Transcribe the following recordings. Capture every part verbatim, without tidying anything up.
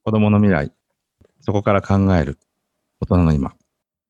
子供の未来、そこから考える大人の今。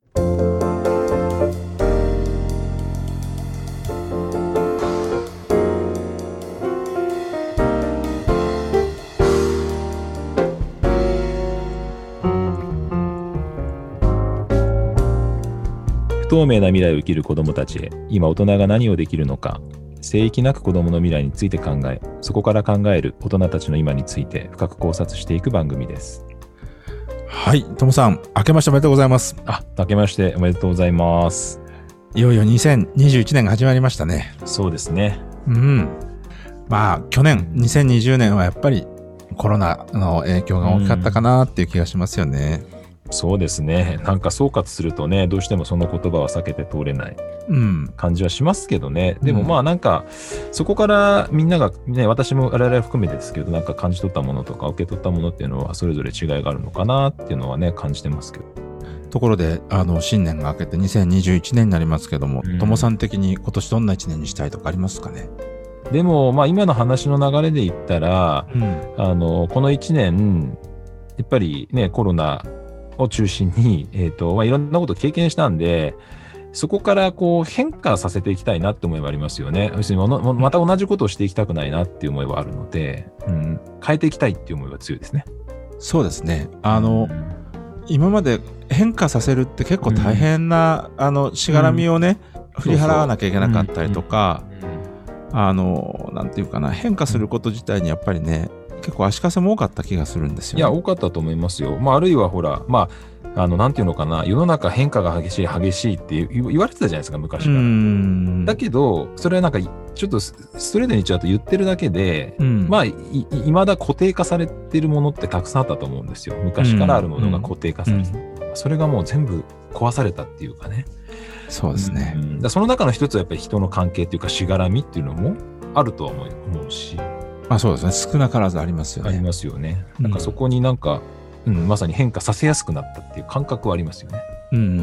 不透明な未来を生きる子どもたちへ、今大人が何をできるのか、聖域なく子どもの未来について考え、そこから考える大人たちの今について深く考察していく番組です。 はい、ともさん、明けましておめでとうございます。 あ、明けましておめでとうございます。 いよいよにせんにじゅういちねんが始まりましたね。 そうですね。 うん。まあ、去年、にせんにじゅうねんはやっぱりコロナの影響が大きかったかなっていう気がしますよね。 そうですね。なんか総括するとね、どうしてもその言葉は避けて通れない感じはしますけどね。うん、でもまあなんか、そこからみんながね、私も我々含めてですけど、なんか感じ取ったものとか受け取ったものっていうのはそれぞれ違いがあるのかなっていうのはね、感じてますけど。 ところで、あの、新年が明けてにせんにじゅういちねんになりますけども、とも、うん、さん的に今年どんないちねんにしたいとかありますかね。 でも、まあ今の話の流れで言ったら、うん、あの、このいちねん、やっぱりね、コロナ、を中心に、えーとまあ、いろんなことを経験したんで、そこからこう変化させていきたいなって思いはありますよね。要するにまた同じことをしていきたくないなっていう思いはあるので、うん、変えていきたいっていう思いは強いですね。 そうですね。あの、うん、今まで変化させるって結構大変な、うん、あのしがらみをね、うん、振り払わなきゃいけなかったりとか、あのなんていうかな、変化すること自体にやっぱりね、結構足かせも多かった気がするんですよ、ね。 いや、多かったと思いますよ。まあ、あるいはほら、まあ、あの、なんていうのかな、世の中変化が激しい、激しいって言われてたじゃないですか、昔から。うんだけど、それはなんか、ちょっとストレートに言っちゃうと言ってるだけで、うん、まあい、いまだ固定化されてるものってたくさんあったと思うんですよ。昔からあるものが固定化されて、うんうん、それがもう全部壊されたっていうかね。 そうですね。 うん、だその中の一つはやっぱり人の関係っていうか、しがらみっていうのもあるとは思うし。 まあそうですね。少なからずありますよね。 ありますよね。なんかそこになんか、うんうん、まさに変化させやすくなったっていう感覚はありますよね。うんうんうん、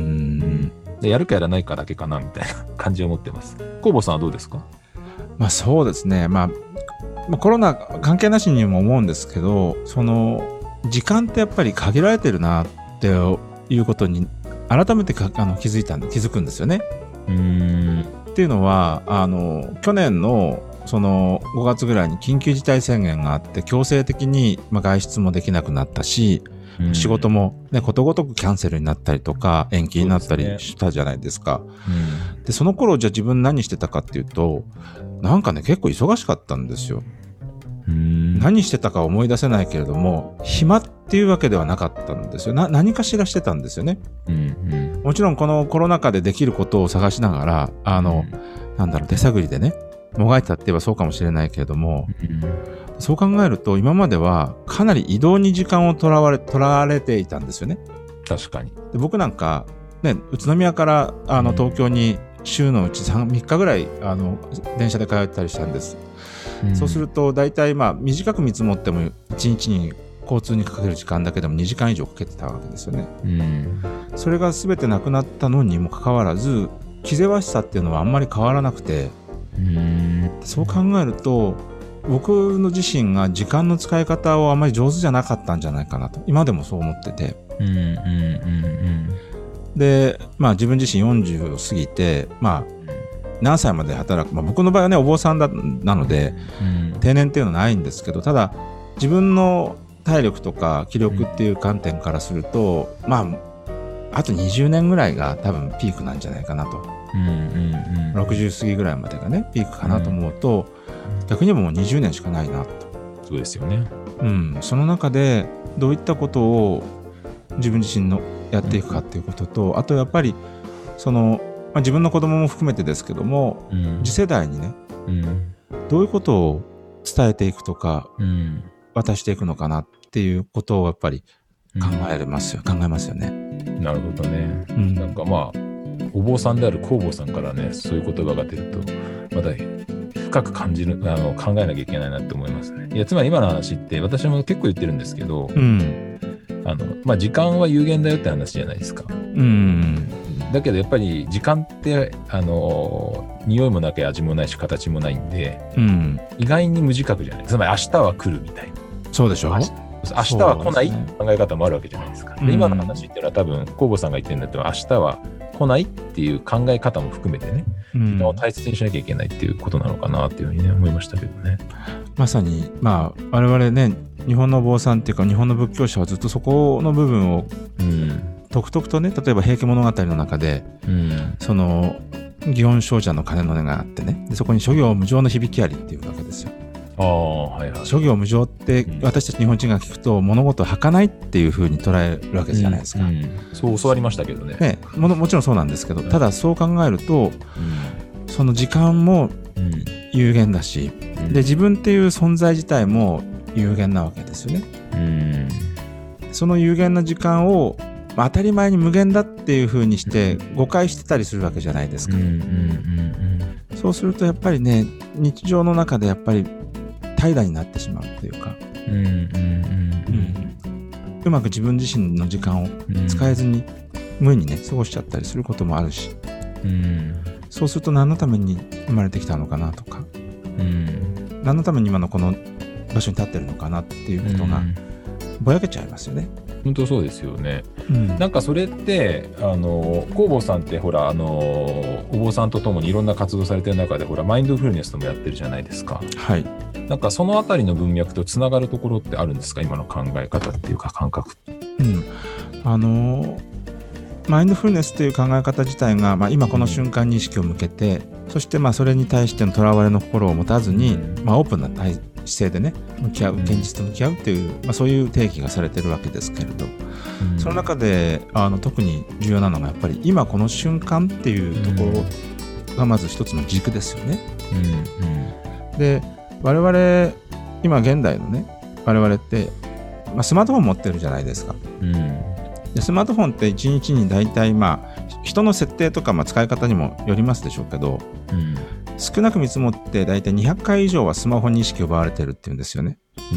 でやるかやらないかだけかなみたいな感じを持ってます。公房さんはどうですか？ まあそうですね。まあ、まあ、コロナ関係なしにも思うんですけど、その時間ってやっぱり限られてるなっていうことに改めてかあの気づいたんで気づくんですよね。うーんっていうのはあの去年のそのごがつぐらいに緊急事態宣言があって強制的にまあ外出もできなくなったし、うん、仕事もねことごとくキャンセルになったりとか延期になったりしたじゃないですか。そで、ねうん、でその頃じゃあ自分何してたかっていうとなんかね結構忙しかったんですよ。うん何してたか思い出せないけれども暇っていうわけではなかったんですよ。な何かしらしてたんですよね、うんうん、もちろんこのコロナ禍でできることを探しながらあの、うん、なんだろう手探りでねもがいてたって言えばそうかもしれないけれども、うん、そう考えると今まではかなり移動に時間をとらわれ、取られていたんですよね。 確かに。 で僕なんか、ね、宇都宮からあの東京に週のうち 3, 3日ぐらいあの電車で通ったりしたんです、うん、そうすると大体まあ短く見積もってもいちにちに交通にかける時間だけでもにじかん以上かけてたわけですよね、うん、それが全てなくなったのにもかかわらず気ぜわしさっていうのはあんまり変わらなくてうんそう考えると僕の自身が時間の使い方をあまり上手じゃなかったんじゃないかなと今でもそう思ってて、うんうんうんうん、で、まあ、自分自身よんじゅうを過ぎて、まあ、何歳まで働く、まあ、僕の場合はねお坊さんだなので、うん、定年っていうのはないんですけどただ自分の体力とか気力っていう観点からすると、うん、まああとにじゅうねんぐらいが多分ピークなんじゃないかなと。うんうんうん、ろくじゅう過ぎぐらいまでがねピークかなと思うと、うん、逆にもうにじゅうねんしかないなと。 そうですよね、 うん、その中でどういったことを自分自身のやっていくかっていうことと、うん、あとやっぱりその、まあ、自分の子供も含めてですけども、うん、次世代にね、うん、どういうことを伝えていくとか、うん、渡していくのかなっていうことをやっぱり考えれますよ、うん、考えますよね。 なるほどね、うん、なんかまあお坊さんである公房さんからねそういう言葉が出るとまた深く感じるあの考えなきゃいけないなって思いますね。いやつまり今の話って私も結構言ってるんですけど、うんあのまあ、時間は有限だよって話じゃないですか、うん、だけどやっぱり時間ってあの匂いもなきゃ味もないし形もないんで、うん、意外に無自覚じゃない。つまり明日は来るみたいな。 そうでしょ。 明日は来ないって考え方もあるわけじゃないですか。で、今の話っていうのは多分公房さんが言ってるんだったら明日は来ないっていう考え方も含めてね、時間を大切にしなきゃいけないっていうことなのかなっていうふうにね思いましたけどね。 まさにまあ我々ね、日本のお坊さんっていうか日本の仏教者はずっとそこの部分を、うん、とくとくとね、例えば平家物語の中で、うん、その祇園精舎の鐘の音があってね、でそこに諸行無常の響きありっていうわけですよ。 あ、はいはい、 諸行無常って私たち日本人が聞くと物事を儚いっていう風に捉えるわけじゃないですか、うんうん、 そう教わりましたけど ね, ね も, もちろんそうなんですけど、ただそう考えると、うん、その時間も有限だし、うん、で自分っていう存在自体も有限なわけですよね、うん、その有限な時間を、まあ、当たり前に無限だっていう風にして誤解してたりするわけじゃないですか、うんうんうんうん、そうするとやっぱりね、日常の中でやっぱり怠惰になってしまうというか、うんうんうんうん、うまく自分自身の時間を使えずに無にね過ごしちゃったりすることもあるし、うん、そうすると何のために生まれてきたのかなとか、うん、何のために今のこの場所に立ってるのかなっていうことがぼやけちゃいますよね。 本当そうですよね、うん、なんかそれってあの公房さんってほらあのお坊さんとともにいろんな活動されてる中でほらマインドフルネスともやってるじゃないですか。はい。なんかそのあたりの文脈とつながるところってあるんですか、今の考え方っていうか感覚。 うん、あのマインドフルネスという考え方自体が、まあ、今この瞬間に意識を向けて、うん、そしてまあそれに対してのとらわれの心を持たずに、うん、まあ、オープンな姿勢でね向き合う、現実と向き合うという、まあ、そういう定義がされてるわけですけれど、うん、その中であの特に重要なのがやっぱり今この瞬間っていうところがまず一つの軸ですよね、うんうん、で我々今現代のね我々って、まあ、スマートフォン持ってるじゃないですか、うん、でスマートフォンっていちにちに大体まあ人の設定とかまあ使い方にもよりますでしょうけど、うん、少なく見積もって大体にひゃっかい以上はスマホに意識を奪われてるっていうんですよね、うん、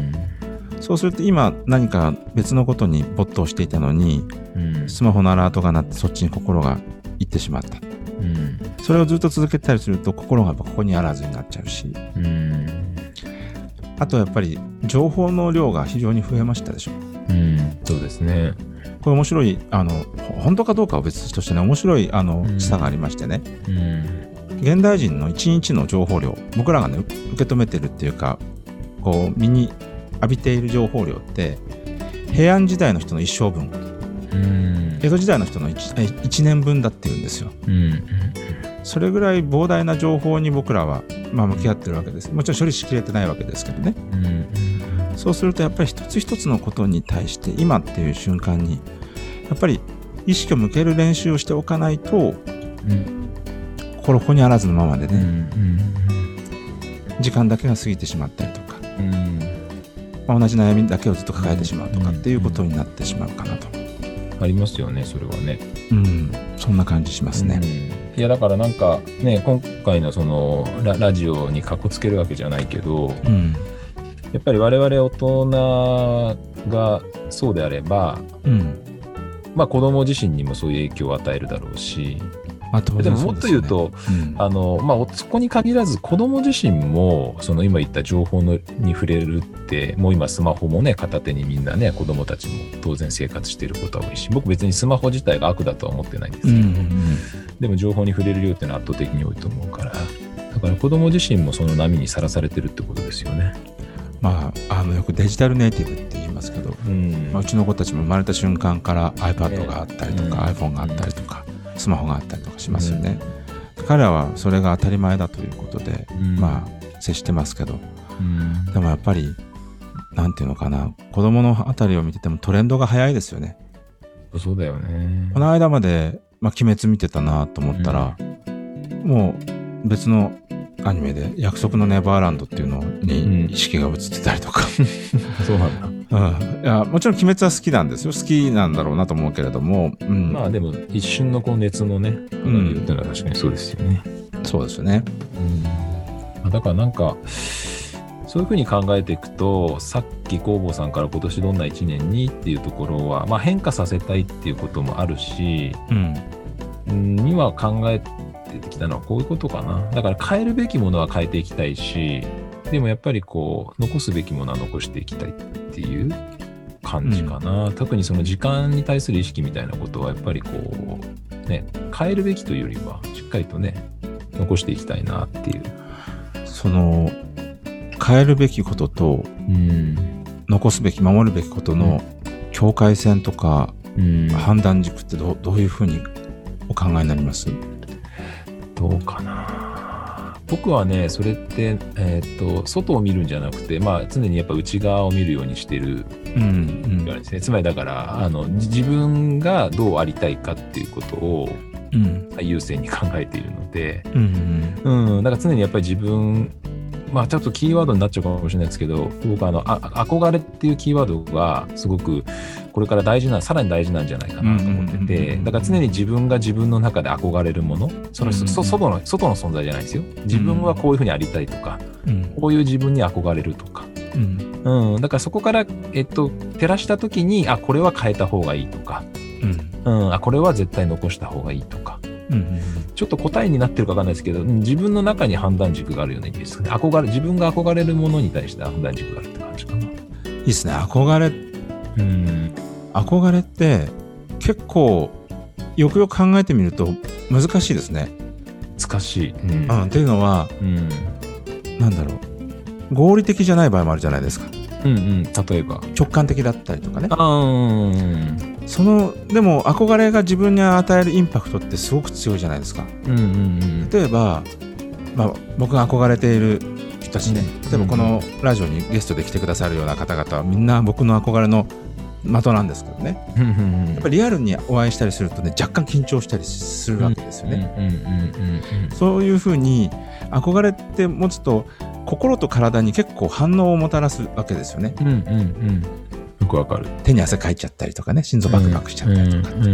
そうすると今何か別のことに没頭していたのに、うん、スマホのアラートが鳴ってそっちに心が行ってしまった、うん、それをずっと続けたりすると心がやっぱここにあらずになっちゃうし、うん、あとやっぱり情報の量が非常に増えましたでしょ、 うん、そうですね。 これ面白いあの本当かどうかは別としてね、面白いあの示唆がありましてね、うんうん、現代人のいちにちの情報量、僕らがね受け止めてるっていうかこう身に浴びている情報量って平安時代の人の一生分、うん、江戸時代の人の 1, いちねんぶんだっていうんですよ、うんうん、それぐらい膨大な情報に僕らは、まあ、向き合ってるわけです。もちろん処理しきれてないわけですけどね、うんうん、そうするとやっぱり一つ一つのことに対して今っていう瞬間にやっぱり意識を向ける練習をしておかないと、うん、心ここにあらずのままでね、うんうんうん、時間だけが過ぎてしまったりとか、うんまあ、同じ悩みだけをずっと抱えてしまうとかっていうことになってしまうかなと、 うん、ありますよねそれはね、 うん、そんな感じしますね、 うん、いやだからなんかね今回のその ラ, ラジオにかっこつけるわけじゃないけど、うん、やっぱり我々大人がそうであれば、うんまあ、子供自身にもそういう影響を与えるだろうし、まあ当然そうですね、でももっと言うと、うんあのまあ、そこに限らず子供自身もその今言った情報のに触れるってもう今スマホもね片手にみんなね子供たちも当然生活していることは多いし、僕別にスマホ自体が悪だとは思ってないんですけど、うんうんうん、でも情報に触れる量っていうのは圧倒的に多いと思うから、だから子供自身もその波にさらされてるってことですよね。 まあ、あのよくデジタルネイティブって言いますけど、うんまあ、うちの子たちも生まれた瞬間から iPad があったりとか、えー、iPhone があったりとか、うん、スマホがあったりとかしますよね、うん、彼らはそれが当たり前だということで、うん、まあ接してますけど、うん、でもやっぱりなんていうのかな、子供のあたりを見ててもトレンドが早いですよね。 そうだよね。 この間まで、まあ、鬼滅見てたなと思ったら、うん、もう別のアニメで約束のネバーランドっていうのに意識が移ってたりとか、うん、 そうなんだ、 うん、いやもちろん鬼滅は好きなんですよ、好きなんだろうなと思うけれども、うん、 まあでも一瞬のこう熱のね花火っていうのは確かにそうですよね、 うん、そうですよね、 うん、だからなんかそういうふうに考えていくと、さっき工房さんから今年どんないちねんにっていうところは、まあ、変化させたいっていうこともあるし、うん、には考えてきたのはこういうことかな。だから変えるべきものは変えていきたいし、 でもやっぱりこう残すべきものは残していきたいっていう感じかな、うん、特にその時間に対する意識みたいなことはやっぱりこうね変えるべきというよりはしっかりとね残していきたいなっていう、 その変えるべきことと、うん、残すべき守るべきことの境界線とか、うん、判断軸ってど う, どういうふうにお考えになります？ どうかな。僕はねそれって、えー、と外を見るんじゃなくて、まあ、常にやっぱ内側を見るようにしてる、うんうんですね、つまりだからあの自分がどうありたいかっていうことを最優先に考えているので、うんうんうん、だから常にやっぱり自分、まあちょっとキーワードになっちゃうかもしれないですけど、僕あのあ憧れっていうキーワードがすごくこれから大事なさらに大事なんじゃないかなと思ってて、だから常に自分が自分の中で憧れるもの、その、うんうん、外の外の存在じゃないですよ。自分はこういうふうにありたいとか、うん、こういう自分に憧れるとか、うんうん、だからそこからえっと照らした時にあこれは変えた方がいいとか、うんうん、あこれは絶対残した方がいいとか。うんうん、ちょっと答えになってるか分かんないですけど、自分の中に判断軸があるようなイメージですかね。憧れ自分が憧れるものに対して判断軸があるって感じかな。いいですね。憧れ、うん、憧れって結構よくよく考えてみると難しいですね。 難しい、うんうん、っていうのは、うん、なんだろう合理的じゃない場合もあるじゃないですか。 うんうん、例えば直感的だったりとかね。 あ、うん、 そのでも憧れが自分に与えるインパクトってすごく強いじゃないですか、うんうんうん、例えば、まあ、僕が憧れている人たちね、うん、例えばこのラジオにゲストで来てくださるような方々はみんな僕の憧れの的なんですけどね、うんうんうん、やっぱりリアルにお会いしたりするとね若干緊張したりするわけですよね。そういうふうに憧れって持つと心と体に結構反応をもたらすわけですよね、うんうんうん、 よくわかる。 手に汗かいちゃったりとかね、心臓バクバクしちゃったりとか、うんうんうん、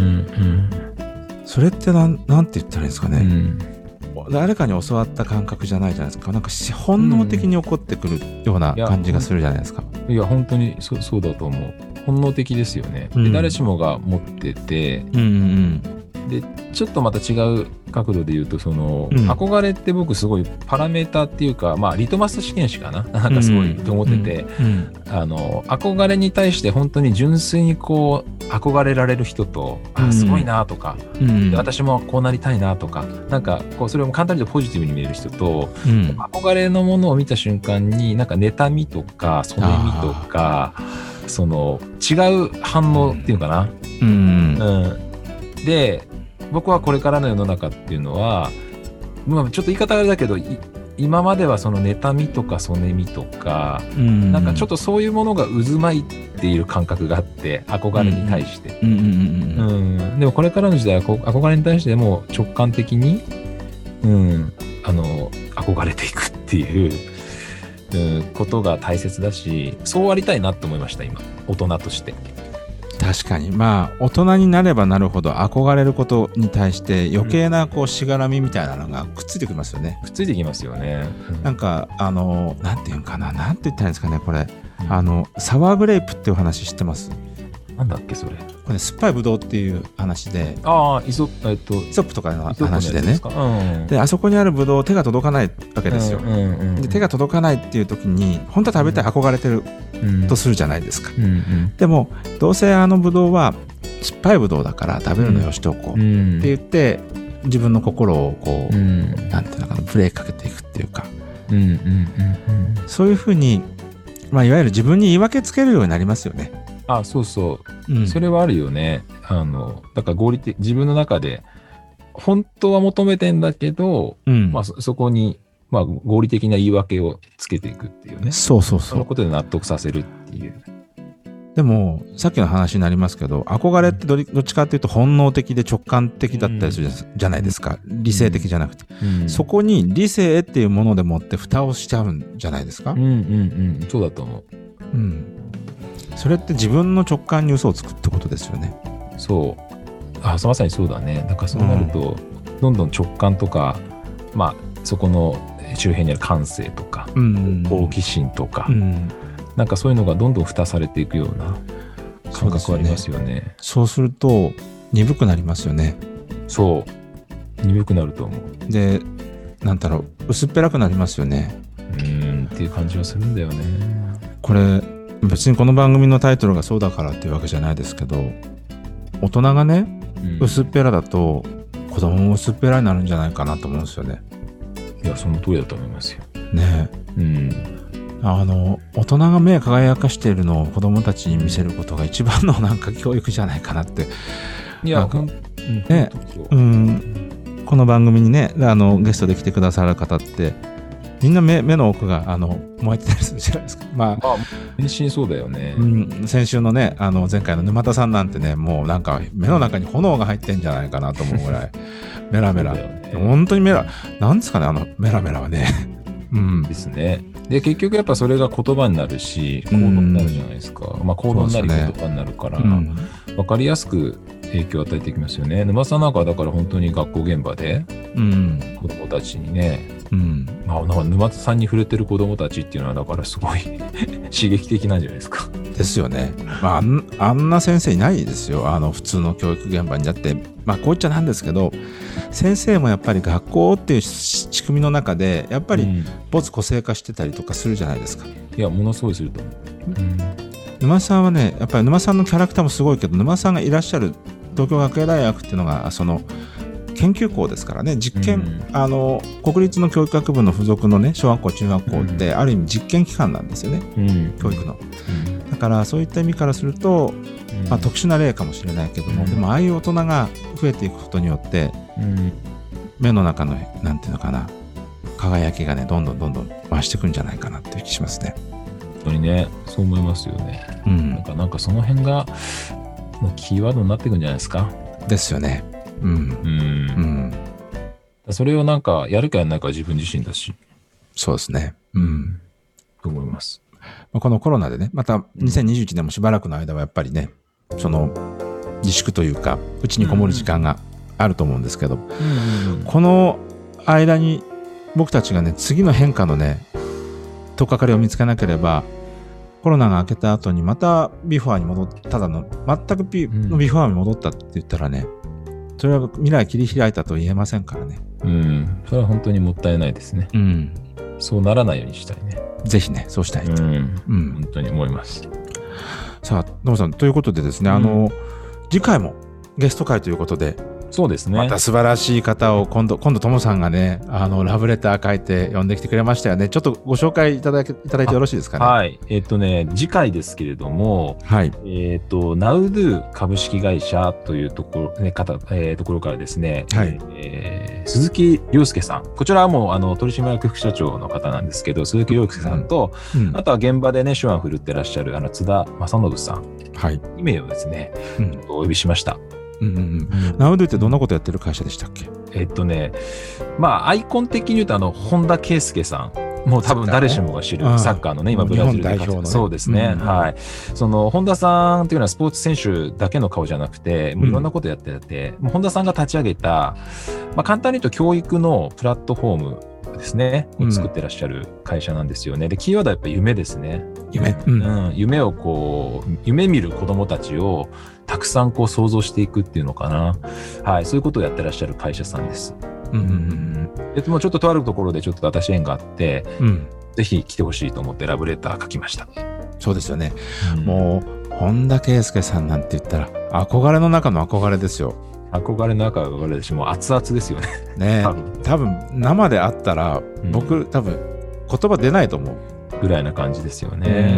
それってなん、なんて言ったらいいんですかね、うん、誰かに教わった感覚じゃないじゃないですか。なんか本能的に起こってくるような感じがするじゃないですか。 いや、いや本当に そ, そうだと思う。本能的ですよね、うん、で誰しもが持ってて、うんうんうん、でちょっとまた違う角度で言うとその、うん、憧れって僕すごいパラメーターっていうか、まあ、リトマス試験紙かななんかすごいと思ってて、うんうんうん、あの憧れに対して本当に純粋にこう憧れられる人と、うん、あすごいなとか、うん、で私もこうなりたいなとかなんかこうそれを簡単に言うとポジティブに見える人と、うん、憧れのものを見た瞬間になんか妬みとかそねみとかその違う反応っていうのかな、うんうん、で僕はこれからの世の中っていうのは、まあ、ちょっと言い方あれだけど今まではその妬みとかそねみとか、うん、なんかちょっとそういうものが渦巻いている感覚があって憧れに対して、うんうんうんうん、でもこれからの時代は憧れに対しても直感的に、うん、あの憧れていくっていううん、ことが大切だし、そうありたいなって思いました今大人として。 確かにまあ大人になればなるほど憧れることに対して余計なこうしがらみみたいなのがくっついてきますよね、 うん、くっついてきますよね、 うん、なんかあのなんていうんかななんて言ったらいいんですかねこれ、うん、あのサワーグレープっていう話知ってます？ なんだっけそれ。 これ酸っぱいブドウっていう話で、 ああイソ、えっと、 イソップとかの話でね、うん、であそこにあるブドウ手が届かないわけですよ、うんうんうん、で手が届かないっていう時に本当は食べたい、うん、憧れてるとするじゃないですか、うんうん、でもどうせあのブドウは酸っぱいブドウだから食べるのよしとこう、うん、って言って自分の心をこう、うん、なんていうのかなブレーキかけていくっていうか、うんうんうんうん、そういうふうに、まあ、いわゆる自分に言い訳つけるようになりますよね。 あ、そうそう、うん、それはあるよね。あのだから合理的自分の中で本当は求めてんだけど、うんまあ、そ, そこに、まあ、合理的な言い訳をつけていくっていうね。 そうそうそう。 そのことで納得させるっていう。 でもさっきの話になりますけど憧れってどっちかっていうと本能的で直感的だったりするじゃないですか、うん、理性的じゃなくて、うん、そこに理性っていうものでもって蓋をしちゃうんじゃないですか。うんうんうんそうだと思う、うん、 それって自分の直感に嘘をつくってことですよね。 そうあまさにそうだね。なんかそうなると、うん、どんどん直感とかまあそこの周辺にある感性とか、うん、好奇心とか、うんなんかそういうのがどんどん蓋されていくような感覚ありますよね。 そうすると鈍くなりますよね。 そう鈍くなると思う。 でなんだろう薄っぺらくなりますよね。 うんってっていう感じはするんだよね。 これ別にこの番組のタイトルがそうだからっていうわけじゃないですけど、大人がね、うん、薄っぺらだと子供も薄っぺらになるんじゃないかなと思うんですよね。 いやその通りだと思いますよねえ、うん、あの大人が目輝かしているのを子供たちに見せることが一番のなんか教育じゃないかなって。 いやなんかね、うん、この番組にねあのゲストで来てくださる方ってみんな 目, 目の奥があの燃えてたりするじゃないですか。まあ、 まあ、全身そうだよね、 うん、先週のねあの前回の沼田さんなんてねもうなんか目の中に炎が入ってんじゃないかなと思うぐらいメラメラ、ね、本当にメラなんですかねあのメラメラはねうん、ですね。で結局やっぱそれが言葉になるし行動になるじゃないですか、うん、まあ行動になり言葉になるから、ねうん、分かりやすく影響を与えていきますよね。沼さんなんかはだから本当に学校現場で子供たちにね、うんまあ、なんか沼さんに触れてる子供たちっていうのはだからすごい刺激的なんじゃないですか。 ですよね、まあ、あん、あんな先生いないですよあの普通の教育現場に。だってまあこう言っちゃなんですけど先生もやっぱり学校っていう仕組みの中でやっぱり没個性化してたりとかするじゃないですか、うん、 いやものすごいすると思う、うん、 沼さんはねやっぱり沼さんのキャラクターもすごいけど沼さんがいらっしゃる東京学芸大学っていうのがその研究校ですからね実験、うん、あの国立の教育学部の付属のね小学校中学校ってある意味実験機関なんですよね、うん、教育の、うん、だからそういった意味からすると、うんまあ、特殊な例かもしれないけども、うん、でもああいう大人が増えていくことによって、うん、目の中のなんていうのかな輝きがねどんどんどんどん増していくんじゃないかなっていう気しますね。 本当にねそう思いますよね、うん、なんかなんかその辺がキーワードになっていくんじゃないですか。ですよね。うん。うん。うん、それをなんかやるかやらないかは自分自身だし。 そうですね。うん。 と思います。 このコロナでね、またにせんにじゅういちねんもしばらくの間はやっぱりね、その自粛というか、うちにこもる時間があると思うんですけど、うんうん、この間に僕たちがね、次の変化のね、取っかかりを見つけなければ、コロナが明けた後にまたビフォーに戻った、ただの全くビ,、うん、のビフォーに戻ったって言ったらね、それは未来切り開いたと言えませんからね。 うん、それは本当にもったいないですね。うん、そうならないようにしたいね。 ぜひね、そうしたいと、うんうん、本当に思います。 さあ、野間さんということでですね、うん、あの次回もゲスト会ということで。 そうですね。 また素晴らしい方を今度、今度トモさんがね、あの、ラブレター書いて呼んできてくれましたよね。ちょっとご紹介いただけ、いただいてよろしいですかね。 はい。えっとね、次回ですけれども、はい。えっと、NowDo 株式会社というところ、ね、方、えー、ところからですね、はい。えー、鈴木亮介さん。こちらはもう、あの、取締役副社長の方なんですけど、鈴木亮介さんと、うん、あとは現場でね、手腕振るってらっしゃる、あの、津田正信さん。はい。に名をですね、うん、お呼びしました。 うんうんうん、NowDo ってどんなことやってる会社でしたっけ？ えっとね、まあアイコン的に言うとあの本田圭佑さん、もう多分誰しもが知るサッカーのね今ブラジルで活躍、ね、そうですね、うん、はい。その本田さんっていうのはスポーツ選手だけの顔じゃなくて、もういろんなことやってて、うん、もう本田さんが立ち上げた、まあ簡単に言うと教育のプラットフォームですね、を作ってらっしゃる会社なんですよね。で、キーワードはやっぱり夢ですね。 夢、 うんうん、夢をこう夢見る子どもたちをたくさんこう想像していくっていうのかな、はい、そういうことをやってらっしゃる会社さんです。うんうんうん、でもちょっととあるところでちょっと私縁があって、うん、ぜひ来てほしいと思ってラブレター書きました。 そうですよね、うん、もう本田圭佑さんなんて言ったら憧れの中の憧れですよ。 憧れの中の憧れだし、もう熱々ですよね。 ね、多分、多分生で会ったら、うん、僕多分言葉出ないと思うぐらいな感じですよね。うん、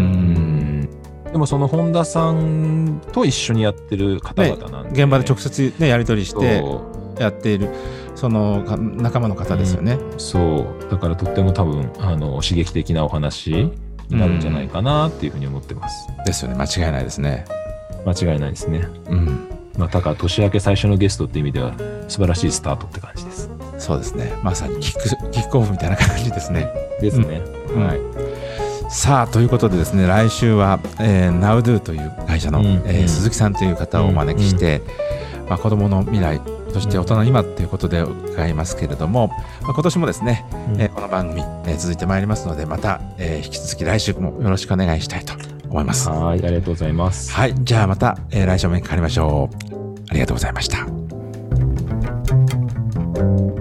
でもその本田さんと一緒にやってる方々なんで、 ね、現場で直接、ね、やり取りしてやっているその仲間の方ですよね。 うん、そうだからとっても多分あの刺激的なお話になるんじゃないかなっていうふうに思ってます。 うん、ですよね。間違いないですね。 間違いないですね。うん。まあ、だから年明け最初のゲストっていう意味では素晴らしいスタートって感じです。 そうですね。まさにキック、キックオフみたいな感じですね。 ですね。うん、はい。 さあということでですね、来週は、えー、NowDo という会社の、うんえーうん、鈴木さんという方をお招きして、うんうんまあ、子どもの未来そして大人の今ということで伺いますけれども、まあ、今年もですね、うんえー、この番組、えー、続いてまいりますのでまた、えー、引き続き来週もよろしくお願いしたいと思います。 はい、ありがとうございます。 はい、じゃあまた、えー、来週もかかりましょう。ありがとうございました。